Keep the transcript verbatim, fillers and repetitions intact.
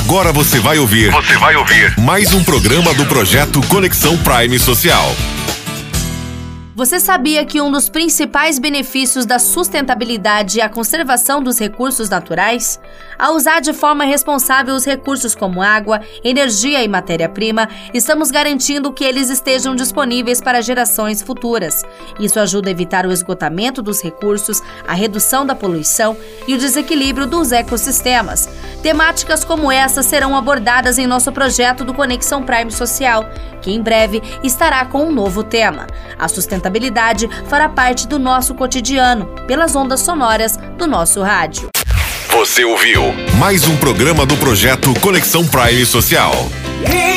Agora você vai ouvir. Você vai ouvir mais um programa do projeto Conexão Prime Social. Você sabia que um dos principais benefícios da sustentabilidade é a conservação dos recursos naturais? Ao usar de forma responsável os recursos como água, energia e matéria-prima, estamos garantindo que eles estejam disponíveis para gerações futuras. Isso ajuda a evitar o esgotamento dos recursos, a redução da poluição e o desequilíbrio dos ecossistemas. Temáticas como essa serão abordadas em nosso projeto do Conexão Prime Social, que em breve estará com um novo tema. A sustentabilidade fará parte do nosso cotidiano, pelas ondas sonoras do nosso rádio. Você ouviu mais um programa do projeto Conexão Prime Social.